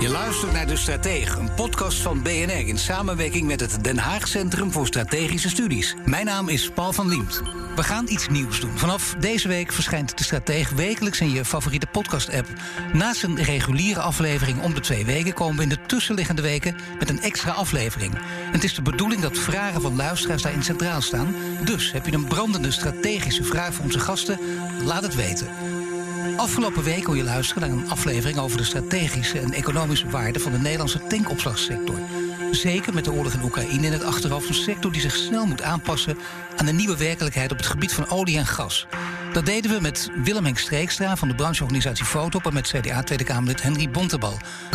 Je luistert naar De Stratege, een podcast van BNR in samenwerking met het Den Haag Centrum voor Strategische Studies. Mijn naam is Paul van Liemt. We gaan iets nieuws doen. Vanaf deze week verschijnt De Stratege wekelijks in je favoriete podcast-app. Naast een reguliere aflevering om de 2 weken komen we in de tussenliggende weken met een extra aflevering. En het is de bedoeling dat vragen van luisteraars daarin centraal staan. Dus heb je een brandende strategische vraag voor onze gasten? Laat het weten. Afgelopen week kon je luisteren naar een aflevering over de strategische en economische waarde van de Nederlandse tankopslagsector. Zeker met de oorlog in Oekraïne in het achterhoofd, een sector die zich snel moet aanpassen aan de nieuwe werkelijkheid op het gebied van olie en gas. Dat deden we met Willem Henk Streekstra van de brancheorganisatie Fotop en met CDA Tweede Kamerlid Henry Bontebal.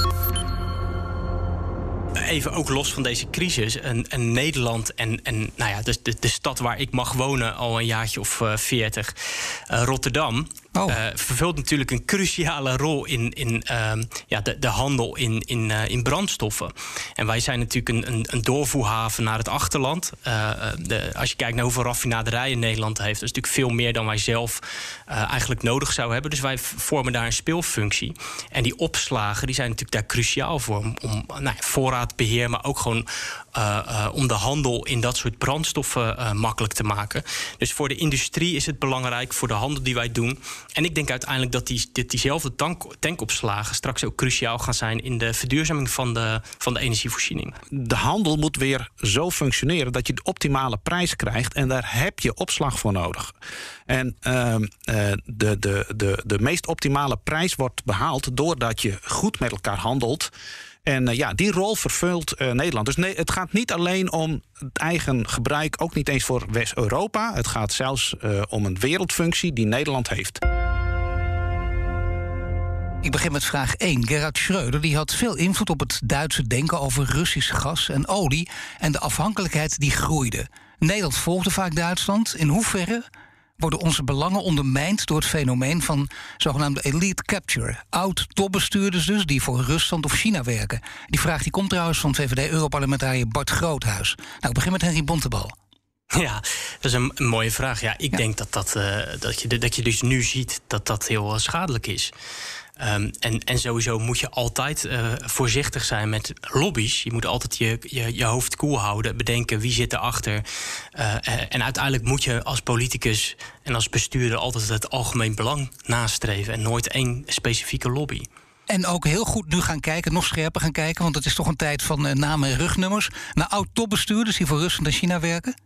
Even ook los van deze crisis, en Nederland en nou ja, de stad waar ik mag wonen al een jaartje of 40, Rotterdam, vervult natuurlijk een cruciale rol in de handel in brandstoffen. En wij zijn natuurlijk een doorvoerhaven naar het achterland. Als je kijkt naar hoeveel raffinaderijen Nederland heeft, dat is natuurlijk veel meer dan wij zelf eigenlijk nodig zouden hebben. Dus wij vormen daar een speelfunctie. En die opslagen die zijn natuurlijk daar cruciaal voor om voorraadbeheer, maar ook gewoon om de handel in dat soort brandstoffen makkelijk te maken. Dus voor de industrie is het belangrijk, voor de handel die wij doen. En ik denk uiteindelijk dat diezelfde tankopslagen straks ook cruciaal gaan zijn in de verduurzaming van de energievoorziening. De handel moet weer zo functioneren dat je de optimale prijs krijgt. En daar heb je opslag voor nodig. En de meest optimale prijs wordt behaald doordat je goed met elkaar handelt. En die rol vervult Nederland. Dus nee, het gaat niet alleen om het eigen gebruik, ook niet eens voor West-Europa. Het gaat zelfs om een wereldfunctie die Nederland heeft. Ik begin met vraag 1. Gerhard Schröder die had veel invloed op het Duitse denken over Russisch gas en olie en de afhankelijkheid die groeide. Nederland volgde vaak Duitsland. In hoeverre worden onze belangen ondermijnd door het fenomeen van zogenaamde elite capture? Oud-topbestuurders dus, die voor Rusland of China werken. Die vraag die komt trouwens van VVD-Europarlementariër Bart Groothuis. Nou, ik begin met Henry Bontebal. Ja, dat is een mooie vraag. Ja, ik denk dat je dus nu ziet dat dat heel schadelijk is. En sowieso moet je altijd voorzichtig zijn met lobby's. Je moet altijd je hoofd koel houden, bedenken wie zit erachter. En uiteindelijk moet je als politicus en als bestuurder altijd het algemeen belang nastreven en nooit één specifieke lobby. En ook heel goed nu gaan kijken, nog scherper gaan kijken, want het is toch een tijd van namen en rugnummers, naar oud-topbestuurders die voor Rusland en China werken?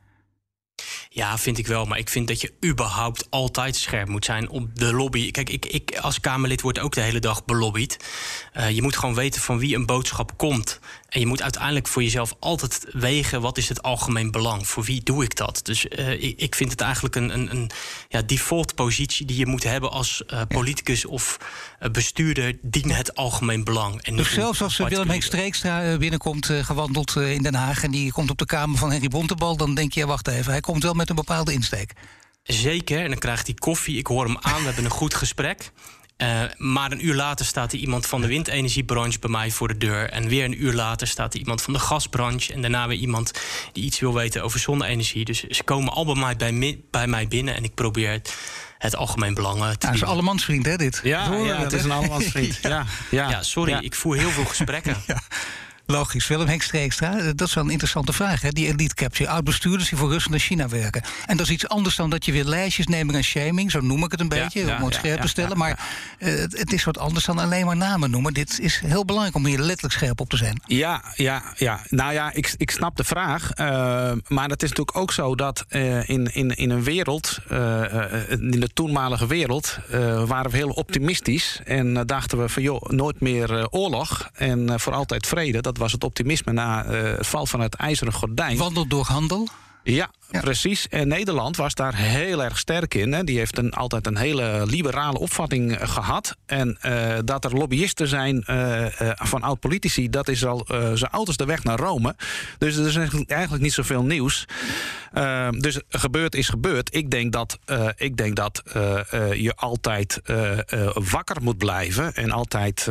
Ja, vind ik wel. Maar ik vind dat je überhaupt altijd scherp moet zijn op de lobby. Kijk, ik als Kamerlid word ook de hele dag belobbyd. Je moet gewoon weten van wie een boodschap komt. En je moet uiteindelijk voor jezelf altijd wegen, wat is het algemeen belang? Voor wie doe ik dat? Dus ik vind het eigenlijk een default positie die je moet hebben als politicus of bestuurder. Dien het algemeen belang. En dus zelfs als Willem Henk Streekstra binnenkomt gewandeld in Den Haag en die komt op de kamer van Henry Bontebal, dan denk je, wacht even, hij komt wel met een bepaalde insteek. Zeker, en dan krijgt hij koffie, ik hoor hem aan, we hebben een goed gesprek. Maar een uur later staat er iemand van de windenergiebranche bij mij voor de deur. En weer een uur later staat er iemand van de gasbranche. En daarna weer iemand die iets wil weten over zonne-energie. Dus ze komen al bij mij binnen en ik probeer het algemeen belang te bieden. Dat is een allemansvriend, hè, dit? Ja, het is een allemansvriend. Ja, sorry, ik voer heel veel gesprekken. Ja. Logisch. Willem Henk Streekstra, dat is wel een interessante vraag. Hè? Die elite capture, oud-bestuurders die voor Rusland en China werken. En dat is iets anders dan dat je weer lijstjes neemt en shaming, zo noem ik het een beetje, om het scherp te stellen. Maar het is wat anders dan alleen maar namen noemen. Dit is heel belangrijk om hier letterlijk scherp op te zijn. Ja. Nou ja, ik snap de vraag. Maar het is natuurlijk ook zo dat in een wereld, in de toenmalige wereld, waren we heel optimistisch. En dachten we van nooit meer oorlog en voor altijd vrede. Dat was het optimisme na het val van het ijzeren gordijn. Wandel door handel? Ja, precies. En Nederland was daar heel erg sterk in. Hè. Die heeft altijd een hele liberale opvatting gehad. En dat er lobbyisten zijn van oud-politici, dat is al zo oud als de weg naar Rome. Dus er is eigenlijk niet zoveel nieuws. Dus gebeurd is gebeurd. Ik denk dat je altijd wakker moet blijven en altijd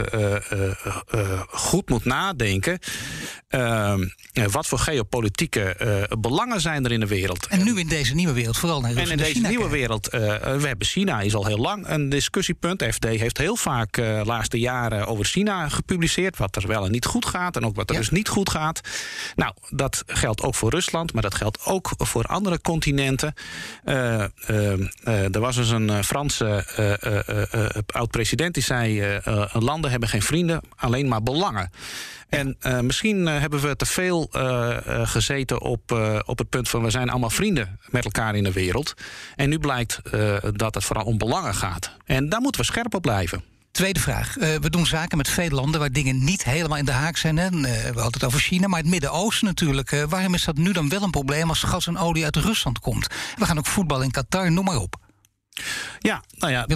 goed moet nadenken. Wat voor geopolitieke belangen zijn er in de wereld? wereld. En nu in deze nieuwe wereld, vooral naar Rusland. En in deze nieuwe wereld, we hebben China, is al heel lang een discussiepunt. FD heeft heel vaak de laatste jaren over China gepubliceerd, wat er wel en niet goed gaat en ook wat er dus niet goed gaat. Nou, dat geldt ook voor Rusland, maar dat geldt ook voor andere continenten. Er was dus een Franse oud-president die zei, landen hebben geen vrienden, alleen maar belangen. En misschien hebben we te veel gezeten op het punt van we zijn allemaal vrienden met elkaar in de wereld. En nu blijkt dat het vooral om belangen gaat. En daar moeten we scherp op blijven. Tweede vraag. We doen zaken met veel landen waar dingen niet helemaal in de haak zijn. Hè? We hadden het over China, maar het Midden-Oosten natuurlijk. Waarom is dat nu dan wel een probleem als gas en olie uit Rusland komt? We gaan ook voetballen in Qatar, noem maar op. Ja, nou ja,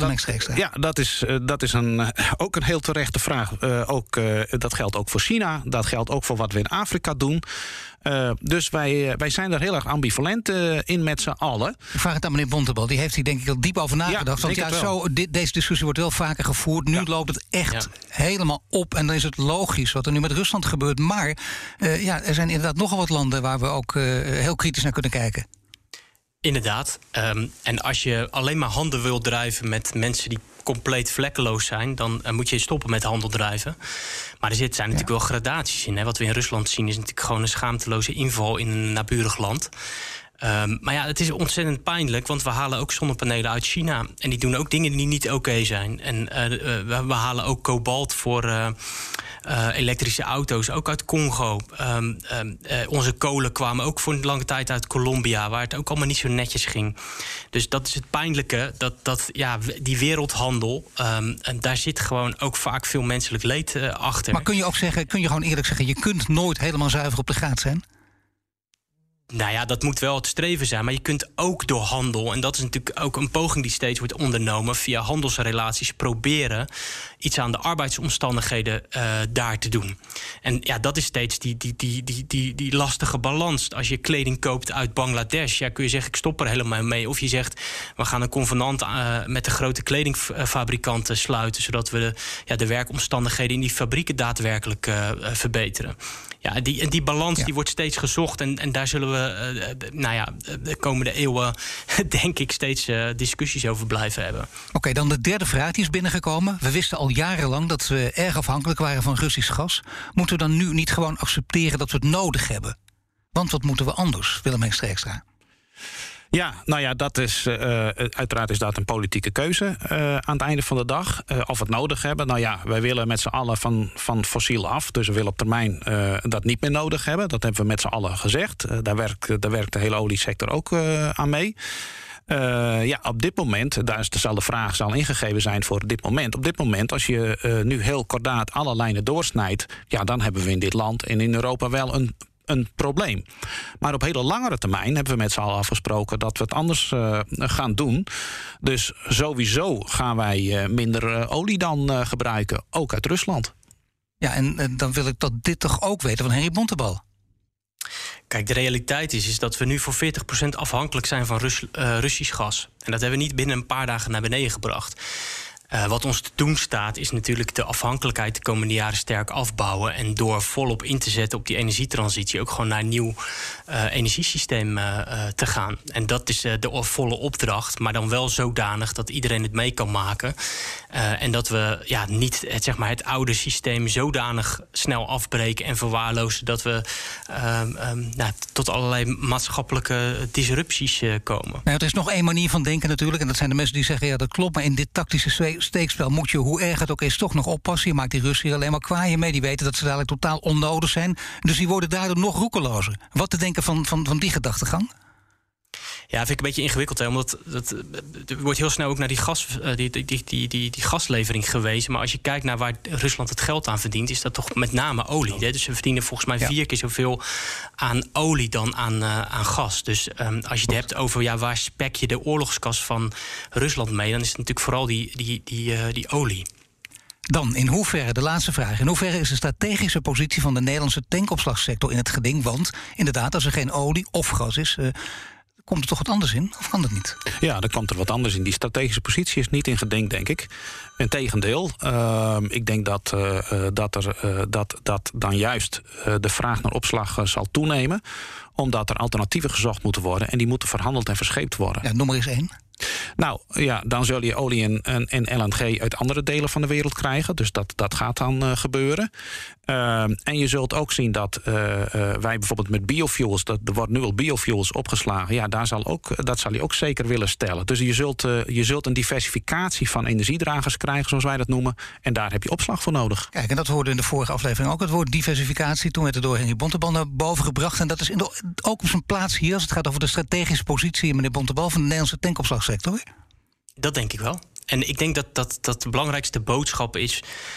dat is ook een heel terechte vraag. Dat geldt ook voor China, dat geldt ook voor wat we in Afrika doen. Dus wij zijn er heel erg ambivalent in met z'n allen. Ik vraag het aan meneer Bontebal, die heeft hier denk ik al diep over nagedacht. Want deze discussie wordt wel vaker gevoerd. Nu loopt het echt helemaal op en dan is het logisch wat er nu met Rusland gebeurt. Maar er zijn inderdaad nogal wat landen waar we ook heel kritisch naar kunnen kijken. Inderdaad. En als je alleen maar handel wil drijven met mensen die compleet vlekkeloos zijn, dan moet je stoppen met handel drijven. Maar er zijn natuurlijk wel gradaties in. Hè. Wat we in Rusland zien is natuurlijk gewoon een schaamteloze inval in een naburig land. Maar ja, het is ontzettend pijnlijk, want we halen ook zonnepanelen uit China. En die doen ook dingen die niet oké zijn. En we halen ook kobalt voor elektrische auto's, ook uit Congo. Onze kolen kwamen ook voor een lange tijd uit Colombia, waar het ook allemaal niet zo netjes ging. Dus dat is het pijnlijke, dat die wereldhandel, en daar zit gewoon ook vaak veel menselijk leed achter. Maar kun je gewoon eerlijk zeggen, je kunt nooit helemaal zuiver op de graad zijn? Nou ja, dat moet wel het streven zijn. Maar je kunt ook door handel, en dat is natuurlijk ook een poging die steeds wordt ondernomen, via handelsrelaties proberen iets aan de arbeidsomstandigheden daar te doen. En ja, dat is steeds die lastige balans. Als je kleding koopt uit Bangladesh, kun je zeggen ik stop er helemaal mee. Of je zegt we gaan een convenant met de grote kledingfabrikanten sluiten, zodat we de werkomstandigheden in die fabrieken daadwerkelijk verbeteren. Ja, die balans die wordt steeds gezocht. En daar zullen we de komende eeuwen denk ik steeds discussies over blijven hebben. Oké, dan de derde vraag die is binnengekomen. We wisten al jarenlang dat we erg afhankelijk waren van Russisch gas. Moeten we dan nu niet gewoon accepteren dat we het nodig hebben? Want wat moeten we anders, Willem Streekstra? Ja, nou ja, dat is uiteraard is dat een politieke keuze aan het einde van de dag. Of we het nodig hebben. Nou ja, wij willen met z'n allen van fossiel af. Dus we willen op termijn dat niet meer nodig hebben. Dat hebben we met z'n allen gezegd. Daar werkt de hele oliesector ook aan mee. Op dit moment, daar is dezelfde vraag zal ingegeven zijn voor dit moment. Op dit moment, als je nu heel kordaat alle lijnen doorsnijdt, dan hebben we in dit land en in Europa wel een probleem. Maar op hele langere termijn hebben we met z'n allen afgesproken dat we het anders gaan doen. Dus sowieso gaan wij minder olie dan gebruiken, ook uit Rusland. Ja, en dan wil ik dat dit toch ook weten van Henry Bontebal. Kijk, de realiteit is dat we nu voor 40% afhankelijk zijn van Russisch gas. En dat hebben we niet binnen een paar dagen naar beneden gebracht. Wat ons te doen staat, is natuurlijk de afhankelijkheid de komende jaren sterk afbouwen. En door volop in te zetten op die energietransitie ook gewoon naar een nieuw energiesysteem te gaan. En dat is de volle opdracht, maar dan wel zodanig dat iedereen het mee kan maken. En dat we niet het oude systeem zodanig snel afbreken en verwaarlozen dat we tot allerlei maatschappelijke disrupties komen. Nou, er is nog één manier van denken natuurlijk. En dat zijn de mensen die zeggen, ja, dat klopt, maar in dit tactische steekspel moet je, hoe erg het ook is, toch nog oppassen. Je maakt die Russen hier alleen maar kwaaien mee. Die weten dat ze dadelijk totaal onnodig zijn. Dus die worden daardoor nog roekelozer. Wat te denken van die gedachtegang? Ja, vind ik een beetje ingewikkeld. Hè, omdat er wordt heel snel ook naar die gaslevering gewezen. Maar als je kijkt naar waar Rusland het geld aan verdient, is dat toch met name olie. Hè? Dus we verdienen volgens mij 4 keer zoveel aan olie dan aan gas. Dus als je het hebt over waar spek je de oorlogskas van Rusland mee, dan is het natuurlijk vooral die olie. Dan, in hoeverre, de laatste vraag, in hoeverre is de strategische positie van de Nederlandse tankopslagsector in het geding? Want inderdaad, als er geen olie of gas is, Komt er toch wat anders in? Of kan dat niet? Ja, dan komt er wat anders in. Die strategische positie is niet in geding, denk ik. Integendeel, ik denk dat dan juist de vraag naar opslag zal toenemen, omdat er alternatieven gezocht moeten worden en die moeten verhandeld en verscheept worden. Ja, noem maar eens 1. Nou ja, dan zul je olie en LNG uit andere delen van de wereld krijgen. Dus dat gaat dan gebeuren. En je zult ook zien dat wij bijvoorbeeld met biofuels, er wordt nu al biofuels opgeslagen. Ja, dat zal je ook zeker willen stellen. Dus je zult een diversificatie van energiedragers krijgen, zoals wij dat noemen. En daar heb je opslag voor nodig. Kijk, en dat hoorde in de vorige aflevering ook, het woord diversificatie. Toen werd het door Henry Bontebal naar boven gebracht. En dat is ook op zijn plaats hier, als het gaat over de strategische positie, meneer Bontebal, van de Nederlandse tankopslagsector. Dat denk ik wel. En ik denk dat de belangrijkste boodschap is,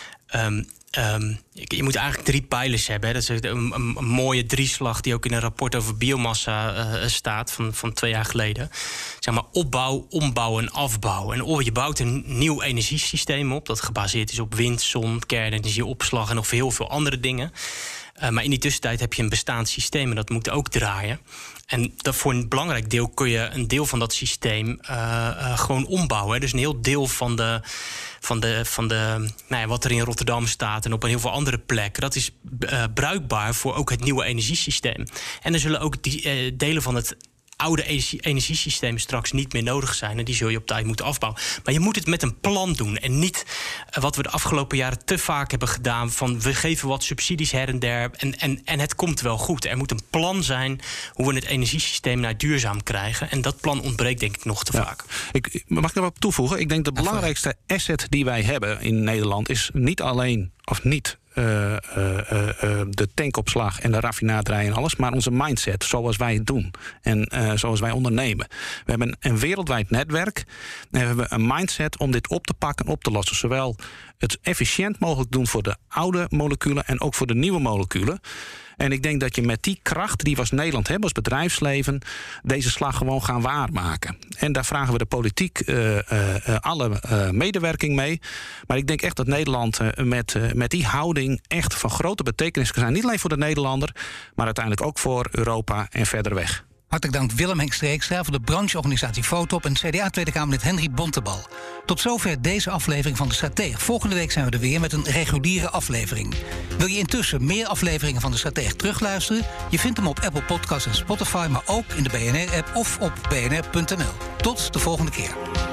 je moet eigenlijk 3 pijlers hebben. Hè. Dat is een mooie drieslag die ook in een rapport over biomassa staat van 2 jaar geleden. Zeg maar opbouw, ombouw en afbouw. En je bouwt een nieuw energiesysteem op dat gebaseerd is op wind, zon, kernenergie, opslag en nog heel veel andere dingen. Maar in die tussentijd heb je een bestaand systeem en dat moet ook draaien. En voor een belangrijk deel kun je een deel van dat systeem gewoon ombouwen. Hè. Dus een heel deel van wat er in Rotterdam staat en op een heel veel andere plekken, dat is bruikbaar voor ook het nieuwe energiesysteem. En er zullen ook delen van het oude energiesysteem straks niet meer nodig zijn. En die zul je op tijd moeten afbouwen. Maar je moet het met een plan doen. En niet wat we de afgelopen jaren te vaak hebben gedaan, van we geven wat subsidies her en der en het komt wel goed. Er moet een plan zijn hoe we het energiesysteem naar duurzaam krijgen. En dat plan ontbreekt denk ik nog te vaak. Mag ik er wat toevoegen? Ik denk de belangrijkste asset die wij hebben in Nederland is niet alleen of niet de tankopslag en de raffinaderij en alles, maar onze mindset, zoals wij het doen en zoals wij ondernemen. We hebben een wereldwijd netwerk en we hebben een mindset om dit op te pakken en op te lossen. Zowel het efficiënt mogelijk doen voor de oude moleculen en ook voor de nieuwe moleculen. En ik denk dat je met die kracht die we als Nederland hebben, als bedrijfsleven, deze slag gewoon gaan waarmaken. En daar vragen we de politiek alle medewerking mee. Maar ik denk echt dat Nederland met die houding echt van grote betekenis kan zijn. Niet alleen voor de Nederlander, maar uiteindelijk ook voor Europa en verder weg. Hartelijk dank Willem Henk Streekstra van de brancheorganisatie Fotop en CDA Tweede Kamerlid Henry Bontebal. Tot zover deze aflevering van De Strateeg. Volgende week zijn we er weer met een reguliere aflevering. Wil je intussen meer afleveringen van De Strateeg terugluisteren? Je vindt hem op Apple Podcasts en Spotify, maar ook in de BNR-app of op bnr.nl. Tot de volgende keer.